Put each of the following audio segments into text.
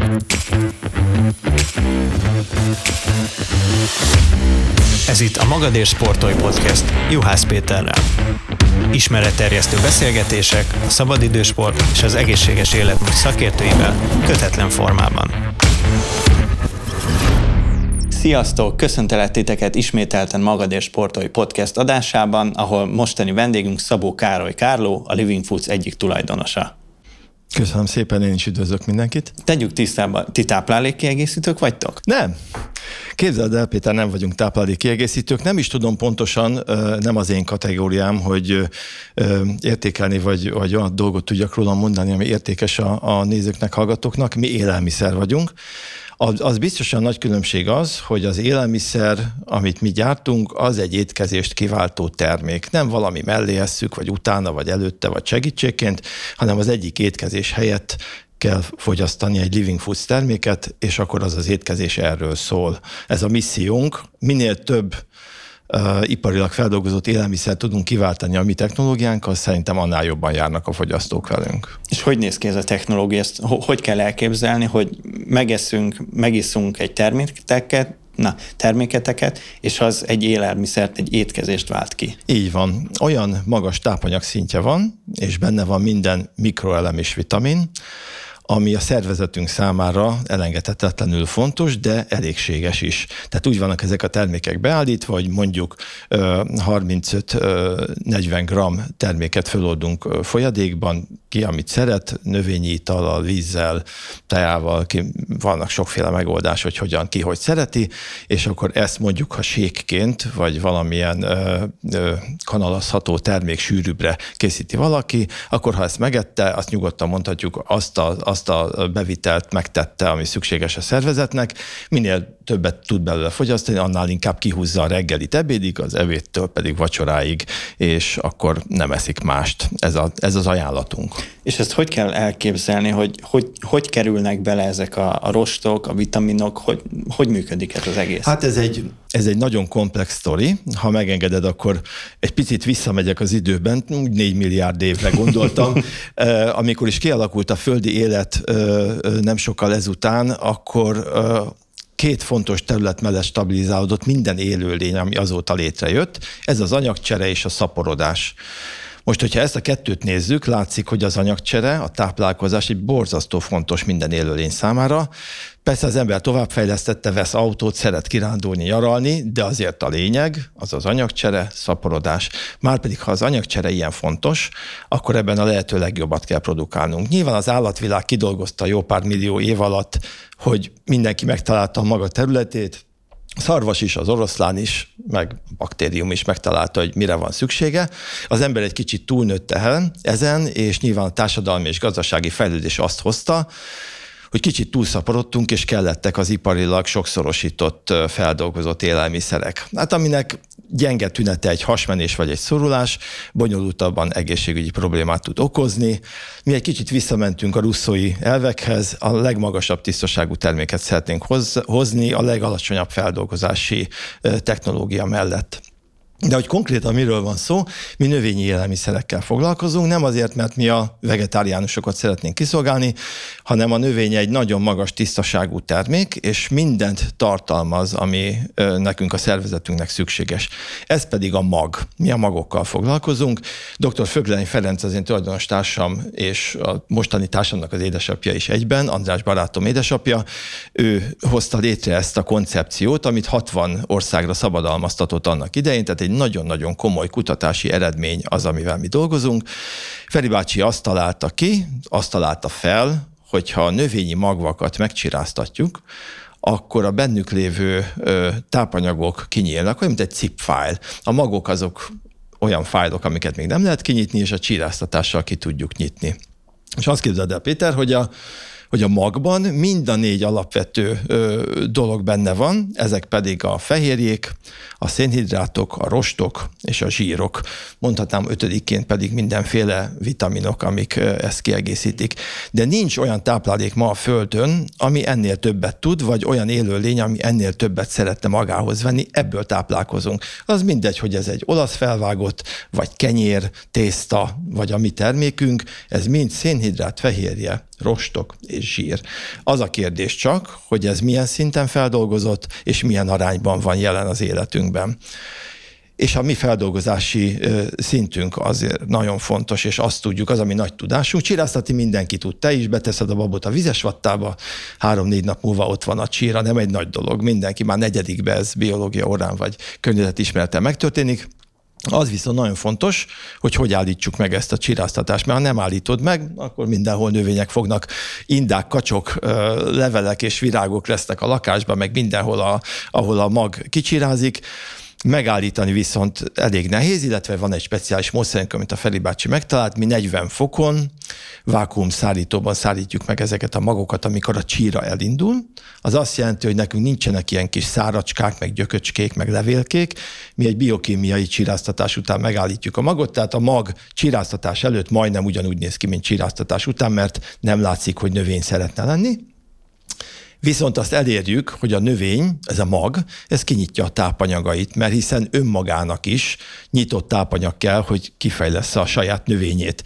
Ez itt a Magadér Sportolj Podcast Juhász Péterrel. Ismeretterjesztő beszélgetések a szabadidősport és az egészséges életmód szakértőivel kötetlen formában. Sziasztok! Köszöntelek titeket ismételten Magadér Sportolj Podcast adásában, ahol mostani vendégünk Szabó Károly Kárló, a Living Foods egyik tulajdonosa. Köszönöm szépen, én is üdvözlök mindenkit. Tegyük tisztába, ti táplálékkiegészítők vagytok? Nem. Képzeld el, Péter, nem vagyunk táplálékkiegészítők. Nem is tudom pontosan, nem az én kategóriám, hogy értékelni, vagy olyan dolgot tudjak róla mondani, ami értékes a nézőknek, hallgatóknak. Mi élelmiszer vagyunk. Az biztosan nagy különbség az, hogy az élelmiszer, amit mi gyártunk, az egy étkezést kiváltó termék. Nem valami mellé esszük, vagy utána, vagy előtte, vagy segítségként, hanem az egyik étkezés helyett kell fogyasztani egy Living Foods terméket, és akkor az étkezés erről szól. Ez a missziónk. Minél több iparilag feldolgozott élelmiszer tudunk kiváltani a mi technológiánkkal, szerintem annál jobban járnak a fogyasztók velünk. És hogy néz ki ez a technológia? Ezt hogy kell elképzelni, hogy megiszunk egy terméketeket, és az egy élelmiszert, egy étkezést vált ki? Így van. Olyan magas tápanyag szintje van, és benne van minden mikroelem és vitamin, ami a szervezetünk számára elengedhetetlenül fontos, de elégséges is. Tehát úgy vannak ezek a termékek beállítva, hogy mondjuk 35-40 gram terméket föloldunk folyadékban, ki amit szeret, növényi itallal, vízzel, teával, vannak sokféle megoldás, hogy hogyan, ki hogy szereti, és akkor ezt mondjuk, ha sékként, vagy valamilyen kanalazható termék sűrűbbre készíti valaki, akkor ha ezt megette, azt nyugodtan mondhatjuk, azt a bevitelt megtette, ami szükséges a szervezetnek, minél többet tud belőle fogyasztani, annál inkább kihúzza a reggelit ebédig, az ebédtől pedig vacsoráig, és akkor nem eszik mást. Ez az ajánlatunk. És ezt hogy kell elképzelni, hogy kerülnek bele ezek a rostok, a vitaminok, hogy működik ez az egész? Hát ez egy nagyon komplex sztori. Ha megengeded, akkor egy picit visszamegyek az időben, úgy 4 milliárd évre gondoltam. Amikor is kialakult a földi élet nem sokkal ezután, akkor két fontos terület mellett stabilizálódott minden élőlény, ami azóta létrejött. Ez az anyagcsere és a szaporodás. Most, hogyha ezt a kettőt nézzük, látszik, hogy az anyagcsere, a táplálkozás egy borzasztó fontos minden élőlény számára. Persze az ember továbbfejlesztette, vesz autót, szeret kirándulni, nyaralni, de azért a lényeg, az az anyagcsere, szaporodás. Márpedig, ha az anyagcsere ilyen fontos, akkor ebben a lehető legjobbat kell produkálnunk. Nyilván az állatvilág kidolgozta jó pár millió év alatt, hogy mindenki megtalálta a maga területét, a szarvas is, az oroszlán is, meg a baktérium is megtalálta, hogy mire van szüksége. Az ember egy kicsit túlnőtt ezen, és nyilván a társadalmi és gazdasági fejlődés azt hozta, hogy kicsit túlszaporodtunk, és kellettek az iparilag sokszorosított, feldolgozott élelmiszerek. Hát aminek gyenge tünete egy hasmenés vagy egy szorulás, bonyolultabban egészségügyi problémát tud okozni. Mi egy kicsit visszamentünk a russzói elvekhez, a legmagasabb tisztaságú terméket szeretnénk hozni, a legalacsonyabb feldolgozási technológia mellett. De hogy konkrétan miről van szó, mi növényi élelmiszerekkel foglalkozunk, nem azért, mert mi a vegetáriánusokat szeretnénk kiszolgálni, hanem a növény egy nagyon magas tisztaságú termék, és mindent tartalmaz, ami nekünk a szervezetünknek szükséges. Ez pedig a mag. Mi a magokkal foglalkozunk. Dr. Föglein Ferenc az én tulajdonos társam, és a mostani társamnak az édesapja is egyben, András barátom édesapja. Ő hozta létre ezt a koncepciót, amit 60 országra szabadalmaztatott annak idején, tehát egy nagyon-nagyon komoly kutatási eredmény az, amivel mi dolgozunk. Feri bácsi azt találta fel, hogyha a növényi magvakat megcsiráztatjuk, akkor a bennük lévő tápanyagok kinyílnak, olyan, mint egy zip-fájl. A magok azok olyan fájlok, amiket még nem lehet kinyitni, és a csiráztatással ki tudjuk nyitni. És azt képzeld el, Péter, hogy a magban mind a 4 alapvető dolog benne van, ezek pedig a fehérjék, a szénhidrátok, a rostok és a zsírok. Mondhatnám 5-ként pedig mindenféle vitaminok, amik ezt kiegészítik. De nincs olyan táplálék ma a Földön, ami ennél többet tud, vagy olyan élőlény, ami ennél többet szeretne magához venni, ebből táplálkozunk. Az mindegy, hogy ez egy olasz felvágott, vagy kenyér, tészta, vagy a mi termékünk, ez mind szénhidrát, fehérje rostok és zsír. Az a kérdés csak, hogy ez milyen szinten feldolgozott, és milyen arányban van jelen az életünkben. És a mi feldolgozási szintünk azért nagyon fontos, és azt tudjuk, az, ami nagy tudásunk. Csíráztatni mindenki tud. Te is beteszed a babot a vizes vattába, 3-4 nap múlva ott van a csíra, nem egy nagy dolog. Mindenki már 4. ez biológia órán vagy környezetismerettel megtörténik. Az viszont nagyon fontos, hogy állítsuk meg ezt a csiráztatást, mert ha nem állítod meg, akkor mindenhol növények fognak, indák, kacsok, levelek és virágok lesznek a lakásban, meg mindenhol, ahol a mag kicsirázik. Megállítani viszont elég nehéz, illetve van egy speciális módszerünk, amit a Feri bácsi megtalált, mi 40 fokon vákuumszállítóban szállítjuk meg ezeket a magokat, amikor a csíra elindul. Az azt jelenti, hogy nekünk nincsenek ilyen kis száracskák, meg gyököcskék, meg levélkék. Mi egy biokémiai csiráztatás után megállítjuk a magot, tehát a mag csiráztatás előtt majdnem ugyanúgy néz ki, mint csiráztatás után, mert nem látszik, hogy növény szeretne lenni. Viszont azt elérjük, hogy a növény, ez a mag, ez kinyitja a tápanyagait, mert hiszen önmagának is nyitott tápanyag kell, hogy kifejlessze a saját növényét.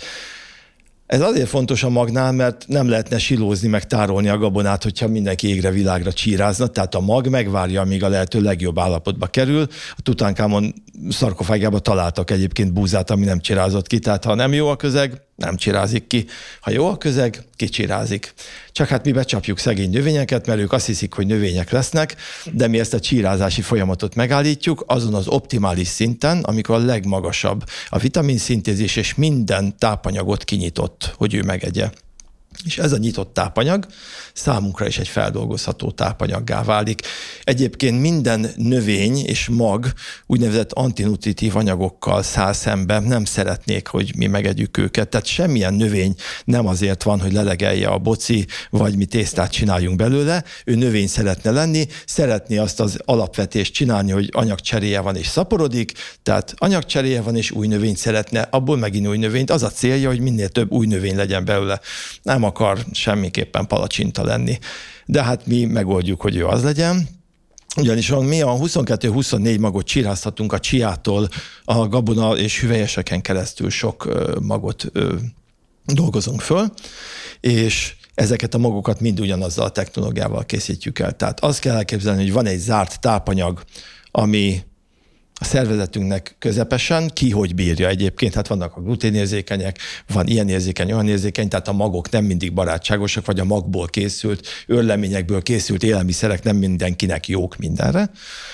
Ez azért fontos a magnál, mert nem lehetne silózni, meg tárolni a gabonát, hogyha mindenki égre világra csírázna, tehát a mag megvárja, amíg a lehető legjobb állapotba kerül. A Tutankamon szarkofágjába találtak egyébként búzát, ami nem csirázott ki, tehát ha nem jó a közeg, nem csirázik ki. Ha jó a közeg, kicsirázik. Csak hát mi becsapjuk szegény növényeket, mert ők azt hiszik, hogy növények lesznek, de mi ezt a csírázási folyamatot megállítjuk azon az optimális szinten, amikor a legmagasabb a vitaminszintézis, és minden tápanyagot kinyitott, hogy ő megegye. És ez a nyitott tápanyag számunkra is egy feldolgozható tápanyaggá válik. Egyébként minden növény és mag úgynevezett antinutritív anyagokkal száll szembe, nem szeretnék, hogy mi megegyük őket. Tehát semmilyen növény nem azért van, hogy lelegelje a boci, vagy mi tésztát csináljunk belőle. Ő növény szeretne lenni, szeretné azt az alapvetést csinálni, hogy anyagcseréje van és szaporodik, tehát anyagcseréje van és új növényt szeretne, abból megint új növényt. Az a célja, hogy minél több új növény legyen belőle. Nem akar semmiképpen palacsinta lenni. De hát mi megoldjuk, hogy ő az legyen. Ugyanis mi a 22-24 magot csiráztatunk a csiától, a gabona és hüvelyeseken keresztül sok magot dolgozunk föl, és ezeket a magokat mind ugyanazzal a technológiával készítjük el. Tehát azt kell elképzelni, hogy van egy zárt tápanyag, ami a szervezetünknek közepesen, ki hogy bírja egyébként, hát vannak a gluténérzékenyek, van ilyen érzékeny, olyan érzékeny, tehát a magok nem mindig barátságosak, vagy a magból készült, őrleményekből készült élelmiszerek nem mindenkinek jók mindenre,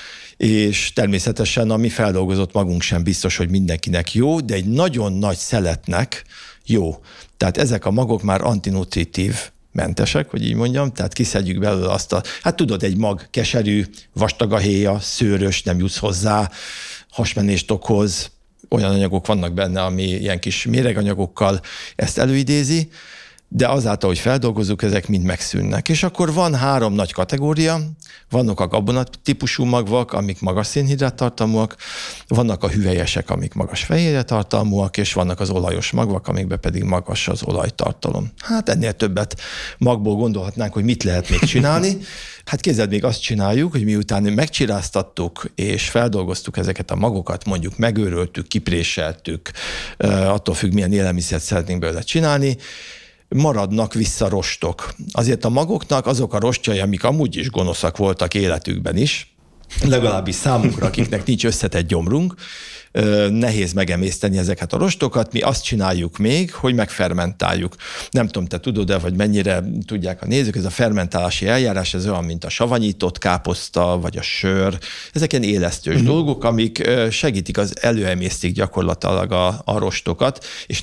és természetesen a mi feldolgozott magunk sem biztos, hogy mindenkinek jó, de egy nagyon nagy szeletnek jó. Tehát ezek a magok már antinutritív mentesek, hogy így mondjam, tehát kiszedjük belőle azt hát tudod, egy mag keserű, vastag a héja, szőrös, nem jutsz hozzá, hasmenést okoz, olyan anyagok vannak benne, ami ilyen kis méreganyagokkal ezt előidézi, de azáltal, hogy feldolgozzuk, ezek mind megszűnnek. És akkor van 3 nagy kategória, vannak a gabonatípusú magvak, amik magas szénhidráttartalmúak, vannak a hüvelyesek, amik magas fehérjetartalmúak, és vannak az olajos magvak, amikben pedig magas az olajtartalom. Hát ennél többet magból gondolhatnánk, hogy mit lehet még csinálni. Hát képzeld, még azt csináljuk, hogy miután megcsiráztattuk és feldolgoztuk ezeket a magokat, mondjuk megőröltük, kipréseltük, attól függ, milyen élelmiszert szeretnénk belőle csinálni, maradnak vissza rostok. Azért a magoknak azok a rostjai, amik amúgy is gonoszak voltak életükben is, legalábbis számunkra, akiknek nincs összetett gyomrunk, nehéz megemészteni ezeket a rostokat. Mi azt csináljuk még, hogy megfermentáljuk. Nem tudom, te tudod-e, vagy mennyire tudják a nézők, ez a fermentálási eljárás, ez olyan, mint a savanyított káposzta, vagy a sör. Ezek ilyen élesztős dolgok, amik segítik, előemésztik gyakorlatilag a rostokat, és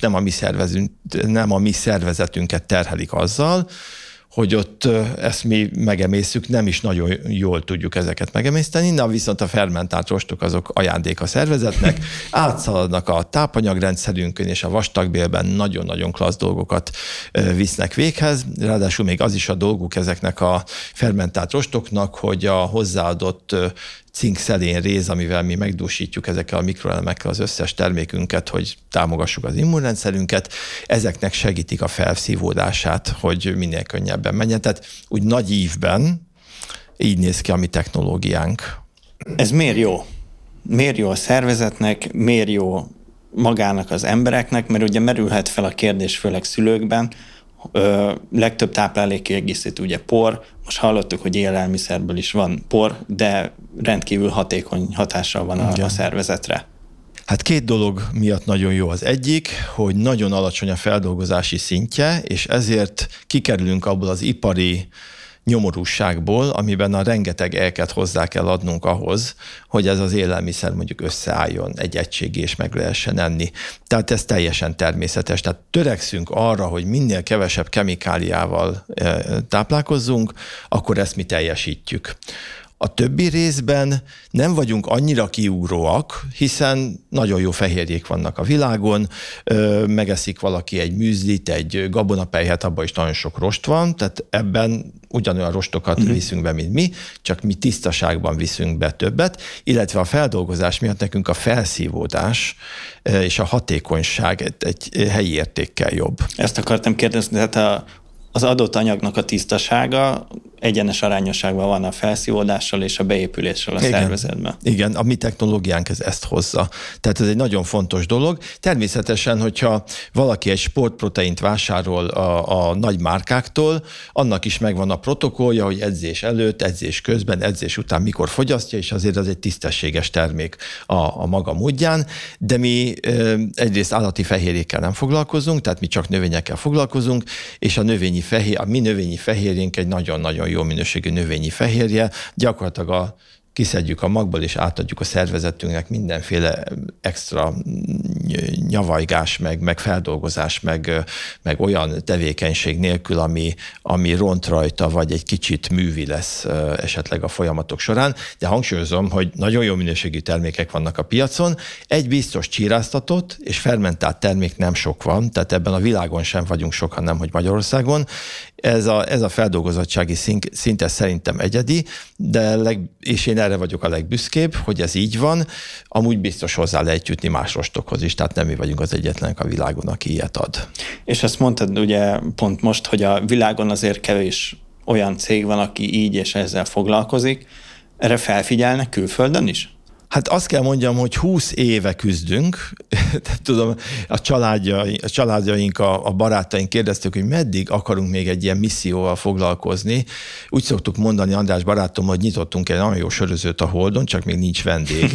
nem a mi szervezetünket terhelik azzal, hogy ott ezt mi megemészszük, nem is nagyon jól tudjuk ezeket megemészteni, na viszont a fermentált rostok azok ajándék a szervezetnek, átszaladnak a tápanyagrendszerünkön, és a vastagbélben nagyon-nagyon klassz dolgokat visznek véghez, ráadásul még az is a dolguk ezeknek a fermentált rostoknak, hogy a hozzáadott cinkszelén réz, amivel mi megdúsítjuk ezekkel a mikroelemekkel az összes termékünket, hogy támogassuk az immunrendszerünket, ezeknek segítik a felszívódását, hogy minél könnyebben menjen. Tehát úgy nagy ívben így néz ki a mi technológiánk. Ez miért jó? Miért jó a szervezetnek, miért jó magának az embereknek? Mert ugye merülhet fel a kérdés, főleg szülőkben, legtöbb táplálékkiegészítő ugye por, most hallottuk, hogy élelmiszerből is van por, de rendkívül hatékony hatással van a szervezetre. Hát két dolog miatt nagyon jó. Az egyik, hogy nagyon alacsony a feldolgozási szintje, és ezért kikerülünk abból az ipari nyomorúságból, amiben a rengeteg elket hozzá kell adnunk ahhoz, hogy ez az élelmiszer mondjuk összeálljon egy egységé és meg lehessen enni. Tehát ez teljesen természetes. Tehát törekszünk arra, hogy minél kevesebb kemikáliával táplálkozzunk, akkor ezt mi teljesítjük. A többi részben nem vagyunk annyira kiugróak, hiszen nagyon jó fehérjék vannak a világon, megeszik valaki egy műzlit, egy gabonapelyhet, abban is nagyon sok rost van, tehát ebben ugyanolyan rostokat viszünk be, mint mi, csak mi tisztaságban viszünk be többet, illetve a feldolgozás miatt nekünk a felszívódás és a hatékonyság egy helyi értékkel jobb. Ezt akartam kérdezni, tehát az adott anyagnak a tisztasága egyenes arányosságban van a felszívódással és a beépüléssel a szervezetben. Igen, a mi technológiánk ezt hozza. Tehát ez egy nagyon fontos dolog. Természetesen, hogyha valaki egy sportproteint vásárol a nagy márkáktól, annak is megvan a protokollja, hogy edzés előtt, edzés közben, edzés után mikor fogyasztja, és azért az egy tisztességes termék a maga módján, de mi egyrészt állati fehérjékkel nem foglalkozunk, tehát mi csak növényekkel foglalkozunk, és a mi növényi fehérjénk egy nagyon-nagyon jó minőségű növényi fehérje, gyakorlatilag kiszedjük a magból, és átadjuk a szervezetünknek mindenféle extra nyavajgás, meg feldolgozás, meg olyan tevékenység nélkül, ami ront rajta, vagy egy kicsit művi lesz esetleg a folyamatok során. De hangsúlyozom, hogy nagyon jó minőségű termékek vannak a piacon. Egy biztos csíráztatott és fermentált termék nem sok van, tehát ebben a világon sem vagyunk sokan, nem hogy Magyarországon. Ez a feldolgozottsági szint szerintem egyedi, és én erre vagyok a legbüszkébb, hogy ez így van. Amúgy biztos hozzá lehet jutni más rostokhoz is, tehát nem mi vagyunk az egyetlenek a világon, aki ilyet ad. És azt mondtad ugye pont most, hogy a világon azért kevés olyan cég van, aki így és ezzel foglalkozik. Erre felfigyelnek külföldön is? Hát azt kell mondjam, hogy 20 éve küzdünk. Tudom, a családjaink, a barátaink kérdeztük, hogy meddig akarunk még egy ilyen misszióval foglalkozni. Úgy szoktuk mondani András barátom, hogy nyitottunk egy nagyon jó sörözőt a Holdon, csak még nincs vendég.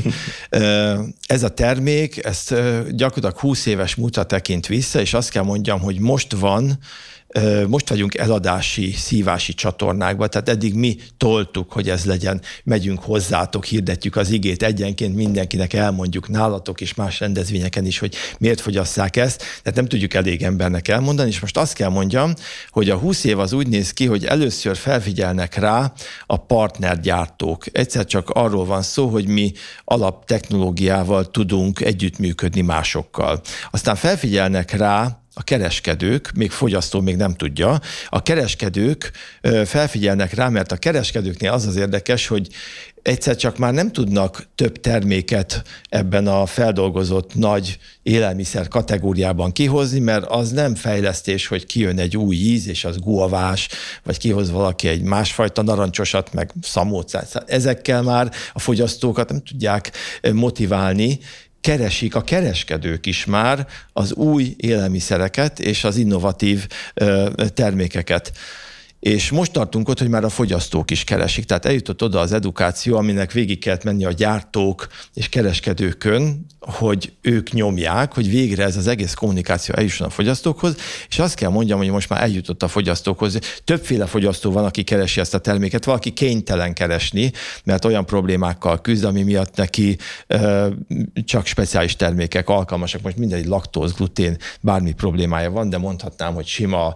Ez a termék, ezt gyakorlatilag 20 éves múltra tekint vissza, és azt kell mondjam, hogy most vagyunk eladási, szívási csatornákban, tehát eddig mi toltuk, hogy ez legyen, megyünk hozzátok, hirdetjük az igét, egyenként mindenkinek elmondjuk nálatok és más rendezvényeken is, hogy miért fogyasszák ezt, tehát nem tudjuk elég embernek elmondani, és most azt kell mondjam, hogy a 20 év az úgy néz ki, hogy először felfigyelnek rá a partnergyártók. Egyszer csak arról van szó, hogy mi alaptechnológiával tudunk együttműködni másokkal. Aztán felfigyelnek rá a kereskedők, még fogyasztó még nem tudja, a kereskedők felfigyelnek rá, mert a kereskedőknél az érdekes, hogy egyszer csak már nem tudnak több terméket ebben a feldolgozott nagy élelmiszer kategóriában kihozni, mert az nem fejlesztés, hogy kijön egy új íz, és az guavás, vagy kihoz valaki egy másfajta narancsosat, meg szamócát. Ezekkel már a fogyasztókat nem tudják motiválni, keresik a kereskedők is már az új élelmiszereket és az innovatív termékeket. És most tartunk ott, hogy már a fogyasztók is keresik. Tehát eljutott oda az edukáció, aminek végig kellett menni a gyártók és kereskedőkön, hogy ők nyomják, hogy végre ez az egész kommunikáció eljusson a fogyasztókhoz, és azt kell mondjam, hogy most már eljutott a fogyasztókhoz. Többféle fogyasztó van, aki keresi ezt a terméket, valaki kénytelen keresni, mert olyan problémákkal küzd, ami miatt neki csak speciális termékek alkalmasak. Most mindegy laktóz, glutén, bármi problémája van, de mondhatnám, hogy sima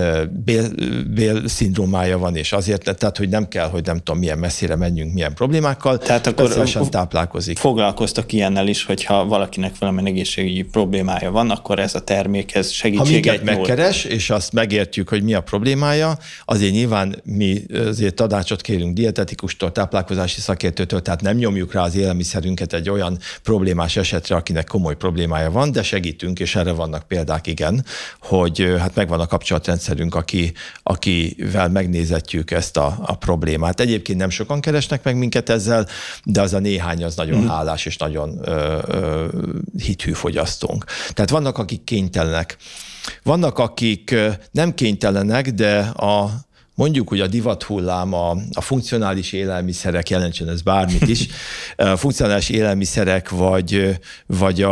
szindrómája van, és azért, tehát, hogy nem kell, hogy nem tudom, milyen messzire menjünk, milyen problémákkal. Tehát akkor táplálkozik. Foglalkoztak ilyennel is, hogyha valakinek valamilyen egészségügyi problémája van, akkor ez a termékhez segítséget nyújt. Ha megkeres, és azt megértjük, hogy mi a problémája, azért nyilván mi azért tanácsot kérünk dietetikustól, táplálkozási szakértőtől, tehát nem nyomjuk rá az élelmiszerünket egy olyan problémás esetre, akinek komoly problémája van, de segítünk, és erre vannak példák, igen, hogy hát megvan a kapcsolatrendszerünk, akivel megnézetjük ezt a problémát. Egyébként nem sokan keresnek meg minket ezzel, de az a néhány az nagyon hálás és nagyon hithű fogyasztónk. Tehát vannak, akik kénytelenek. Vannak, akik nem kénytelenek, de mondjuk, hogy a divathullám, a funkcionális élelmiszerek, jelentsen ez bármit is, a funkcionális élelmiszerek, vagy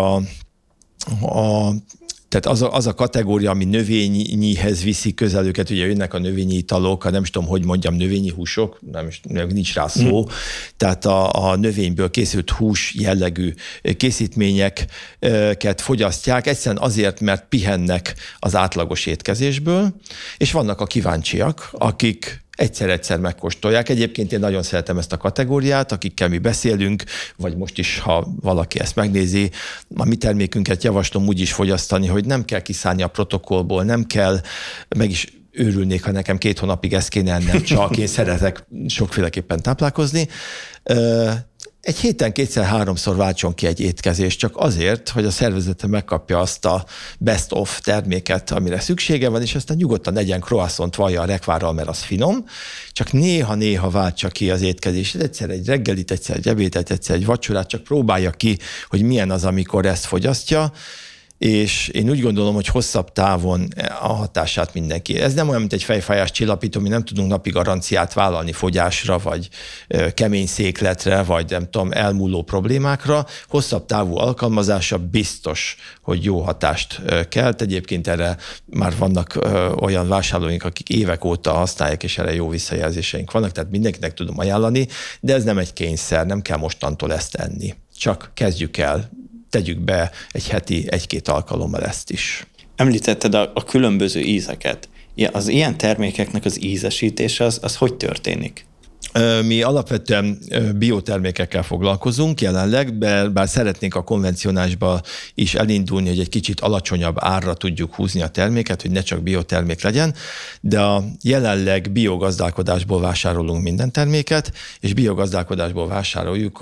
tehát az a kategória, ami növényihez viszi közel őket, ugye jönnek a növényi italok, nem is tudom, hogy mondjam, növényi húsok, nincs rá szó, tehát a növényből készült hús jellegű készítményeket fogyasztják, egyszerűen azért, mert pihennek az átlagos étkezésből, és vannak a kíváncsiak, akik egyszer megkóstolják. Egyébként én nagyon szeretem ezt a kategóriát, akikkel mi beszélünk, vagy most is, ha valaki ezt megnézi, a mi termékünket javaslom úgy is fogyasztani, hogy nem kell kiszállni a protokollból, nem kell, meg is őrülnék, ha nekem 2 hónapig ezt kéne ennem, csak én szeretek sokféleképpen táplálkozni. Egy héten 2-3-szor váltson ki egy étkezést, csak azért, hogy a szervezete megkapja azt a best of terméket, amire szüksége van, és aztán nyugodtan egyen croissant vajjal, rekvárral, mert az finom, csak néha-néha váltsa ki az étkezést. Egyszer egy reggelit, egyszer egy ebédet, egyszer egy vacsorát, csak próbálja ki, hogy milyen az, amikor ezt fogyasztja, és én úgy gondolom, hogy hosszabb távon a hatását mindenki. Ez nem olyan, mint egy fejfájás csillapító, mi nem tudunk napi garanciát vállalni fogyásra, vagy kemény székletre, vagy nem tudom, elmúló problémákra. Hosszabb távú alkalmazása biztos, hogy jó hatást kelt. Egyébként erre már vannak olyan vásárlóink, akik évek óta használják, és erre jó visszajelzéseink vannak, tehát mindenkinek tudom ajánlani, de ez nem egy kényszer, nem kell mostantól ezt enni. Csak kezdjük el, tegyük be egy heti 1-2 alkalommal ezt is. Említetted a különböző ízeket. Az ilyen termékeknek az ízesítése az hogy történik? Mi alapvetően biotermékekkel foglalkozunk jelenleg, bár szeretnénk a konvencionálisba is elindulni, hogy egy kicsit alacsonyabb árra tudjuk húzni a terméket, hogy ne csak biotermék legyen, de jelenleg biogazdálkodásból vásárolunk minden terméket, és biogazdálkodásból vásároljuk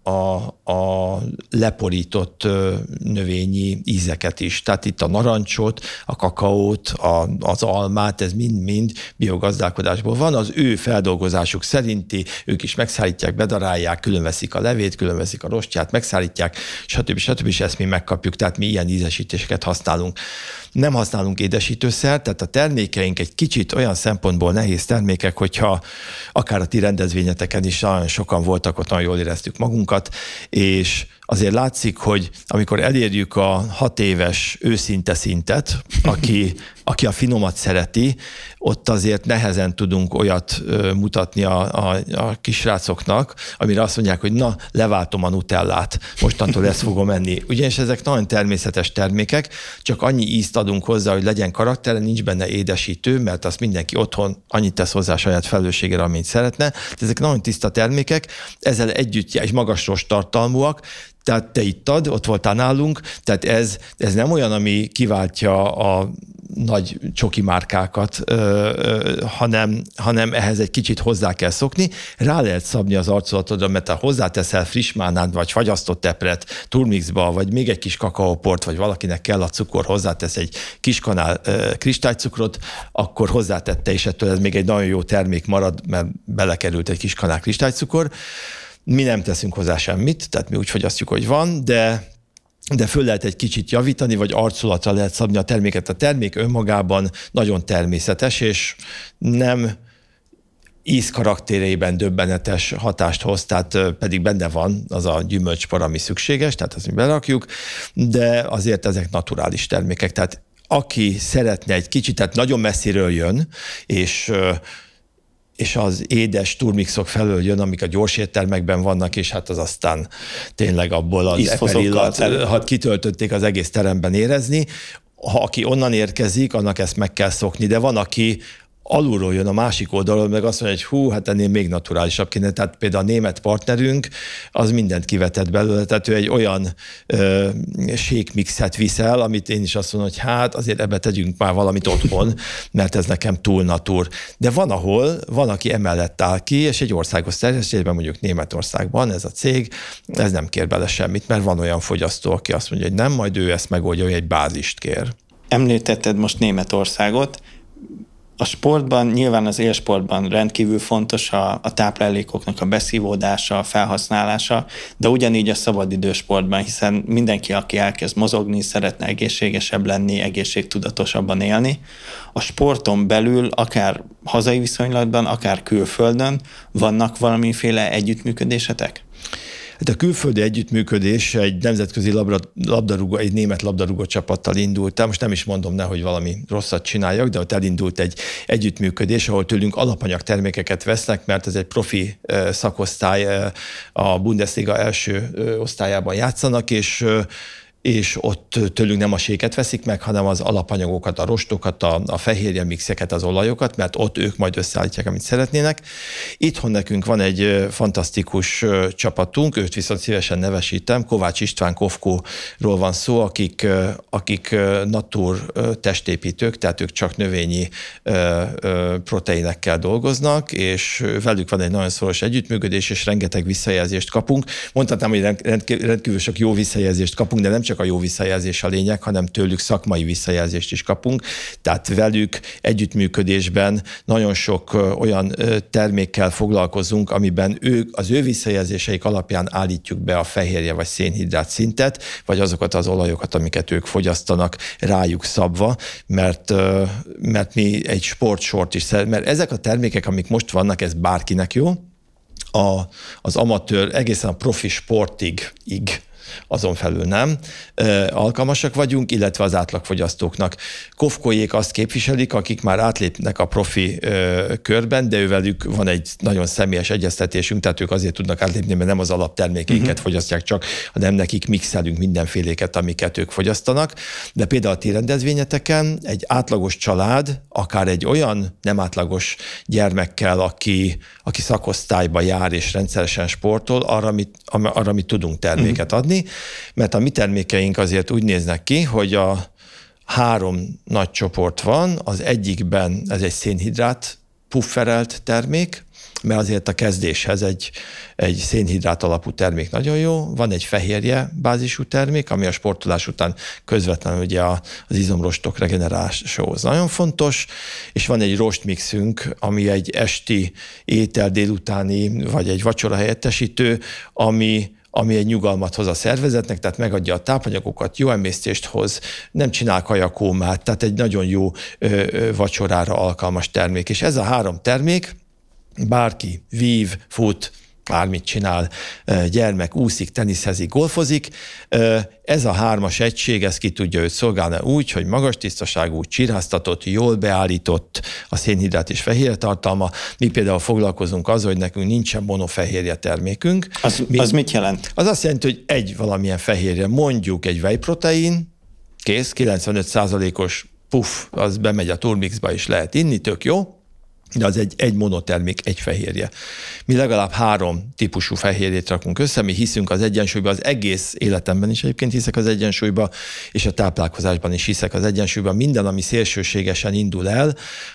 a leporított növényi ízeket is. Tehát itt a narancsot, a kakaót, az almát, ez mind-mind biogazdálkodásból van. Az ő feldolgozásuk szerint ők is megszállítják, bedarálják, különveszik a levét, különveszik a rostját, megszállítják, stb. És ezt mi megkapjuk, tehát mi ilyen ízesítéseket használunk. Nem használunk édesítőszert, tehát a termékeink egy kicsit olyan szempontból nehéz termékek, hogyha akár a ti rendezvényeteken is nagyon sokan voltak, ott nagyon jól éreztük magunkat, és azért látszik, hogy amikor elérjük a 6 éves őszinte szintet, aki a finomat szereti, ott azért nehezen tudunk olyat mutatni a kisrácoknak, amire azt mondják, hogy na, leváltom a nutellát, mostantól ezt fogom enni. Ugyanis ezek nagyon természetes termékek, csak annyi ízt adunk hozzá, hogy legyen karaktere, nincs benne édesítő, mert azt mindenki otthon annyit tesz hozzá a saját felelősségére, amint szeretne. Ezek nagyon tiszta termékek, ezzel együtt és magas rosttartalmúak, tehát te ittad, ott voltál nálunk, tehát ez nem olyan, ami kiváltja a nagy csoki márkákat, hanem ehhez egy kicsit hozzá kell szokni. Rá lehet szabni az arculatodra, mert ha hozzáteszel friss mánát, vagy fagyasztott epret turmixba, vagy még egy kis kakaóport, vagy valakinek kell a cukor, hozzátesz egy kis kanál kristálycukrot, akkor hozzátette, és ettől ez még egy nagyon jó termék marad, mert belekerült egy kis kanál kristálycukor. Mi nem teszünk hozzá semmit, tehát mi úgy fogyasztjuk, hogy van, de föl lehet egy kicsit javítani, vagy arculatra lehet szabni a terméket. A termék önmagában nagyon természetes, és nem ízkarakterében döbbenetes hatást hoz, tehát pedig benne van az a gyümölcspor, ami szükséges, tehát azt mi berakjuk, de azért ezek naturális termékek. Tehát aki szeretne egy kicsit, tehát nagyon messziről jön, és az édes turmixok felől jön, amik a gyors éttermekben vannak, és hát az aztán tényleg abból az eperillat, ha kitöltötték az egész teremben érezni. Ha aki onnan érkezik, annak ezt meg kell szokni, de van, aki alulról jön a másik oldalról, meg azt mondja, hogy hú, hát ennél még naturálisabb kéne. Tehát például a német partnerünk, az mindent kivetett belőle, tehát ő egy olyan shake mixet viszel, amit én is azt mondom, hogy hát azért ebbe tegyünk már valamit otthon, mert ez nekem túl natur. De van, aki emellett áll ki, és egy országos terjesztésben, mondjuk Németországban ez a cég, ez nem kér bele semmit, mert van olyan fogyasztó, aki azt mondja, hogy nem, majd ő ezt megoldja, hogy egy bázist kér. Említetted most Németországot. A sportban, nyilván az élsportban rendkívül fontos a táplálékoknak a beszívódása, a felhasználása, de ugyanígy a szabadidősportban, hiszen mindenki, aki elkezd mozogni, szeretne egészségesebb lenni, egészségtudatosabban élni. A sporton belül, akár hazai viszonylatban, akár külföldön vannak valamiféle együttműködésetek? Hát a külföldi együttműködés egy nemzetközi labdarúgó, egy német labdarúgó csapattal indult. Most nem is mondom, nehogy valami rosszat csináljak, de ott elindult egy együttműködés, ahol tőlünk alapanyag termékeket vesznek, mert ez egy profi szakosztály, a Bundesliga első osztályában játszanak, és ott tőlünk nem a séket veszik meg, hanem az alapanyagokat, a rostokat, a fehérje mixeket, az olajokat, mert ott ők majd összeállítják, amit szeretnének. Itthon nekünk van egy fantasztikus csapatunk, őt viszont szívesen nevesítem, Kovács István Kofkóról van szó, akik natur testépítők, tehát ők csak növényi proteinekkel dolgoznak, és velük van egy nagyon szoros együttműködés, és rengeteg visszajelzést kapunk. Mondhatnám, hogy rendkívül sok jó visszajelzést kapunk, de nem csak a jó visszajelzés a lényeg, hanem tőlük szakmai visszajelzést is kapunk. Tehát velük együttműködésben nagyon sok olyan termékkel foglalkozunk, amiben az ő visszajelzéseik alapján állítjuk be a fehérje vagy szénhidrát szintet, vagy azokat az olajokat, amiket ők fogyasztanak rájuk szabva, mert mi egy sportsort is mert ezek a termékek, amik most vannak, ez bárkinek jó. Az amatőr egészen a profi sportig azon felül nem alkalmasak vagyunk, illetve az átlagfogyasztóknak. Kofkóék azt képviselik, akik már átlépnek a profi körben, de ővelük van egy nagyon személyes egyeztetésünk, tehát ők azért tudnak átlépni, mert nem az alaptermékeiket fogyasztják csak, hanem nekik mixelünk mindenféléket, amiket ők fogyasztanak. De például a ti rendezvényeteken egy átlagos család, akár egy olyan nem átlagos gyermekkel, aki szakosztályba jár és rendszeresen sportol, arra mi tudunk terméket adni, mert a mi termékeink azért úgy néznek ki, hogy a 3 nagy csoport van, az egyikben ez egy szénhidrát pufferelt termék, mert azért a kezdéshez egy szénhidrát alapú termék nagyon jó, van egy fehérje bázisú termék, ami a sportolás után közvetlenül ugye az izomrostok regenerációhoz nagyon fontos, és van egy rostmixünk, ami egy esti étel délutáni, vagy egy vacsora helyettesítő, ami egy nyugalmat hoz a szervezetnek, tehát megadja a tápanyagokat, jó emésztést hoz, nem csinál kajakómát, tehát egy nagyon jó vacsorára alkalmas termék. És ez a 3 termék, bárki vív, fut, bármit csinál, gyermek úszik, teniszezik, golfozik, ez a 3-as egység, ez ki tudja őt szolgálni úgy, hogy magas tisztaságú, csiráztatott, jól beállított a szénhidrát és fehérje tartalma. Mi például foglalkozunk azzal, hogy nekünk nincsen monofehérje termékünk. Az mit jelent? Az azt jelenti, hogy egy valamilyen fehérje, mondjuk egy whey protein, kész, 95%-os az bemegy a turmixba is lehet inni, tök jó, de az egy monotermék, egy fehérje. Mi legalább 3 típusú fehérjét rakunk össze, mi hiszünk az egyensúlyba, az egész életemben is egyébként hiszek az egyensúlyba, és a táplálkozásban is hiszek az egyensúlyban. Minden, ami szélsőségesen indul el,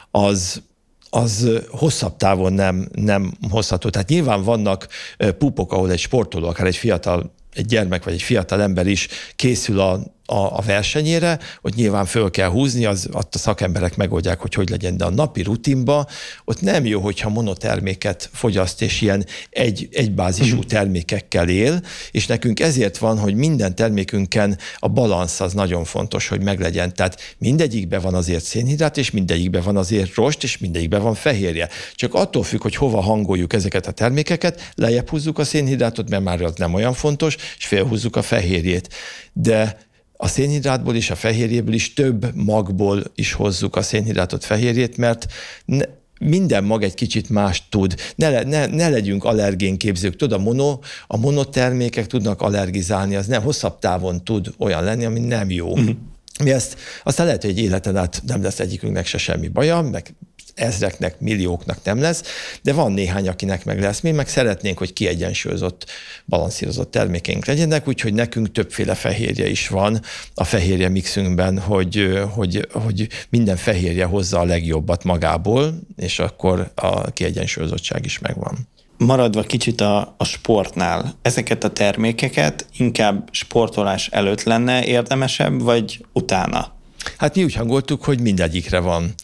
az hosszabb távon nem hozható. Tehát nyilván vannak pupok, ahol egy sportoló, akár egy gyermek vagy egy fiatal ember is készül a versenyére, hogy nyilván föl kell húzni, ott a szakemberek megoldják, hogy legyen, de a napi rutinba ott nem jó, hogyha monoterméket fogyaszt, és ilyen egybázisú termékekkel él, és nekünk ezért van, hogy minden termékünken a balansz az nagyon fontos, hogy meglegyen. Tehát mindegyikben van azért szénhidrát, és mindegyikben van azért rost, és mindegyikben van fehérje. Csak attól függ, hogy hova hangoljuk ezeket a termékeket, lejjebb húzzuk a szénhidrátot, mert már az nem olyan fontos, és félhúzzuk a fehérjét. De a szénhidrátból és a fehérjéből is több magból is hozzuk a szénhidrátot, fehérjét, mert minden mag egy kicsit mást tud. Ne legyünk allergénképzők. Tudod, a monotermékek tudnak allergizálni, az nem hosszabb távon tud olyan lenni, ami nem jó. Mi aztán lehet, hogy egy életen át nem lesz egyikünknek se semmi baja, meg ezreknek, millióknak nem lesz, de van néhány, akinek meg lesz. Mi meg szeretnénk, hogy kiegyensúlyozott, balanszírozott termékeink legyenek, úgyhogy nekünk többféle fehérje is van a fehérje mixünkben, hogy minden fehérje hozza a legjobbat magából, és akkor a kiegyensúlyozottság is megvan. Maradva kicsit a sportnál, ezeket a termékeket inkább sportolás előtt lenne érdemesebb, vagy utána? Hát mi úgy hangoltuk, hogy mindegyikre van.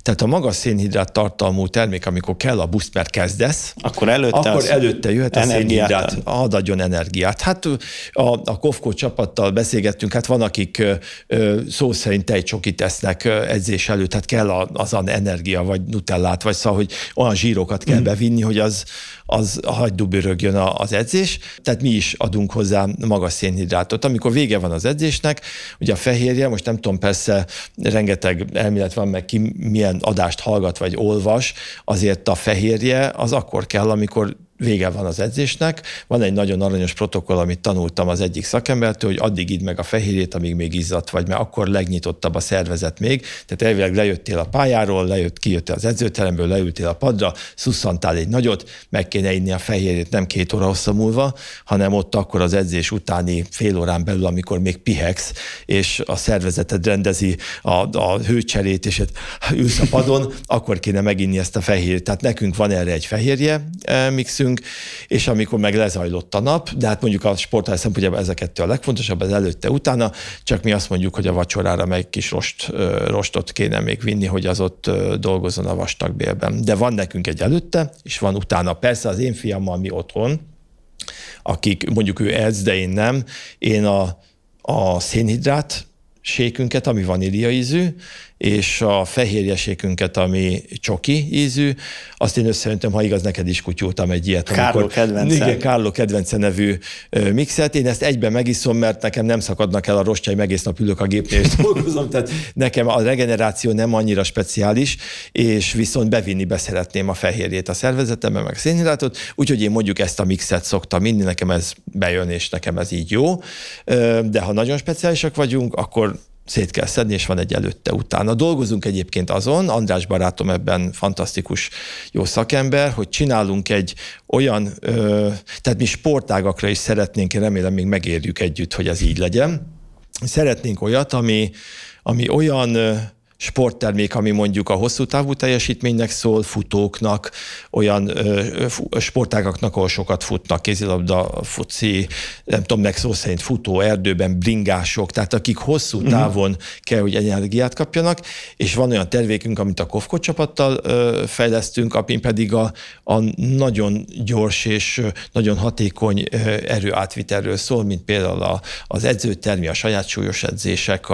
Tehát a magas szénhidrát tartalmú termék, amikor kell a buszt, mert kezdesz, akkor előtte jöhet a szénhidrát, adjon energiát. Hát a Kofco csapattal beszélgettünk, hát van, akik szó szerint tejcsokit esznek edzés előtt, tehát kell azon energia, vagy nutellát, vagy szóval, hogy olyan zsírokat kell bevinni, hogy az hagydubörögjön az edzés. Tehát mi is adunk hozzá magas szénhidrátot. Amikor vége van az edzésnek, ugye a fehérje, most nem tudom, persze rengeteg elmélet van, meg ki milyen adást hallgat, vagy olvas, azért a fehérje az akkor kell, amikor vége van az edzésnek. Van egy nagyon aranyos protokoll, amit tanultam az egyik szakembertől, hogy addig idd meg a fehérjét, amíg még izzadt vagy, mert akkor legnyitottabb a szervezet még. Tehát elvileg lejöttél a pályáról, kijöttél az edzőteremből, leültél a padra, szusszantál egy nagyot, meg kéne inni a fehérjét nem 2 óra hossza múlva, hanem ott akkor az edzés utáni fél órán belül, amikor még pihegsz, és a szervezeted rendezi a hőcserét, és ülsz a padon, akkor kéne meginni ezt a fehérjét. Tehát nekünk van erre egy fehérje mixünk, és amikor meg lezajlott a nap, de hát mondjuk a sportolás szempontjából ez a kettő a legfontosabb, az előtte, utána, csak mi azt mondjuk, hogy a vacsorára meg kis rostot kéne még vinni, hogy az ott dolgozzon a vastagbélben. De van nekünk egy előtte, és van utána. Persze az én fiammal mi otthon, akik mondjuk ő edz, de én nem, én a szénhidrát sékünket, ami vanília ízű, és a fehérjesékünket, ami csoki ízű, azt én összeöntöm, ha igaz, neked is kutyultam egy ilyet. Kárló kedvence. Igen, Kárló kedvence nevű mixet. Én ezt egyben megiszom, mert nekem nem szakadnak el a rostjaim, egész nap ülök a gépnél és dolgozom, tehát nekem a regeneráció nem annyira speciális, és viszont bevinni szeretném a fehérjét a szervezetembe, meg a szénhidrátot, úgyhogy én mondjuk ezt a mixet szoktam inni, nekem ez bejön, és nekem ez így jó. De ha nagyon speciálisak vagyunk, akkor szét kell szedni, és van egy előtte-utána. Dolgozunk egyébként azon, András barátom ebben fantasztikus jó szakember, hogy csinálunk egy olyan, tehát mi sportágakra is szeretnénk, én remélem még megérjük együtt, hogy ez így legyen. Szeretnénk olyat, ami olyan sporttermék, ami mondjuk a hosszú távú teljesítménynek szól, futóknak, olyan sportágaknak, ahol sokat futnak, kézilabda, foci, nem tudom, meg szó szerint futó, erdőben, bringások, tehát akik hosszú távon kell, hogy energiát kapjanak, és van olyan tervékünk, amit a Kofco csapattal fejlesztünk, ami pedig a nagyon gyors és nagyon hatékony erőátvitelről szól, mint például az edzőtermi, a saját súlyos edzések,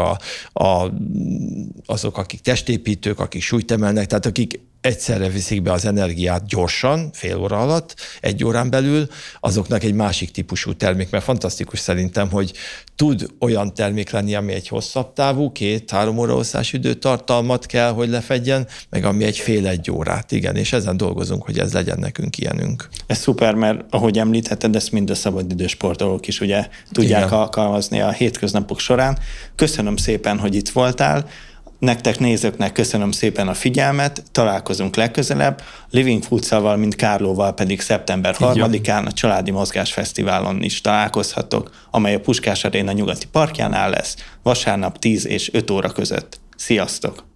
azok, akik testépítők, akik súlyt emelnek, tehát akik egyszerre viszik be az energiát gyorsan, fél óra alatt, 1 órán belül, azoknak egy másik típusú termék, mert fantasztikus szerintem, hogy tud olyan termék lenni, ami egy hosszabb távú, 2-3 óra hosszás időtartalmat kell, hogy lefedjen, meg ami egy fél-1 órát, igen, és ezen dolgozunk, hogy ez legyen nekünk ilyenünk. Ez szuper, mert ahogy említetted, ezt mind a szabadidős sportolók is ugye tudják alkalmazni a hétköznapok során. Köszönöm szépen, hogy itt voltál. Nektek nézőknek köszönöm szépen a figyelmet, találkozunk legközelebb, Living Futsal-val, mint Kárlóval pedig szeptember 3-án a Családi Mozgás Fesztiválon is találkozhatok, amely a Puskás Aréna nyugati parkjánál lesz, vasárnap 10 és 5 óra között. Sziasztok!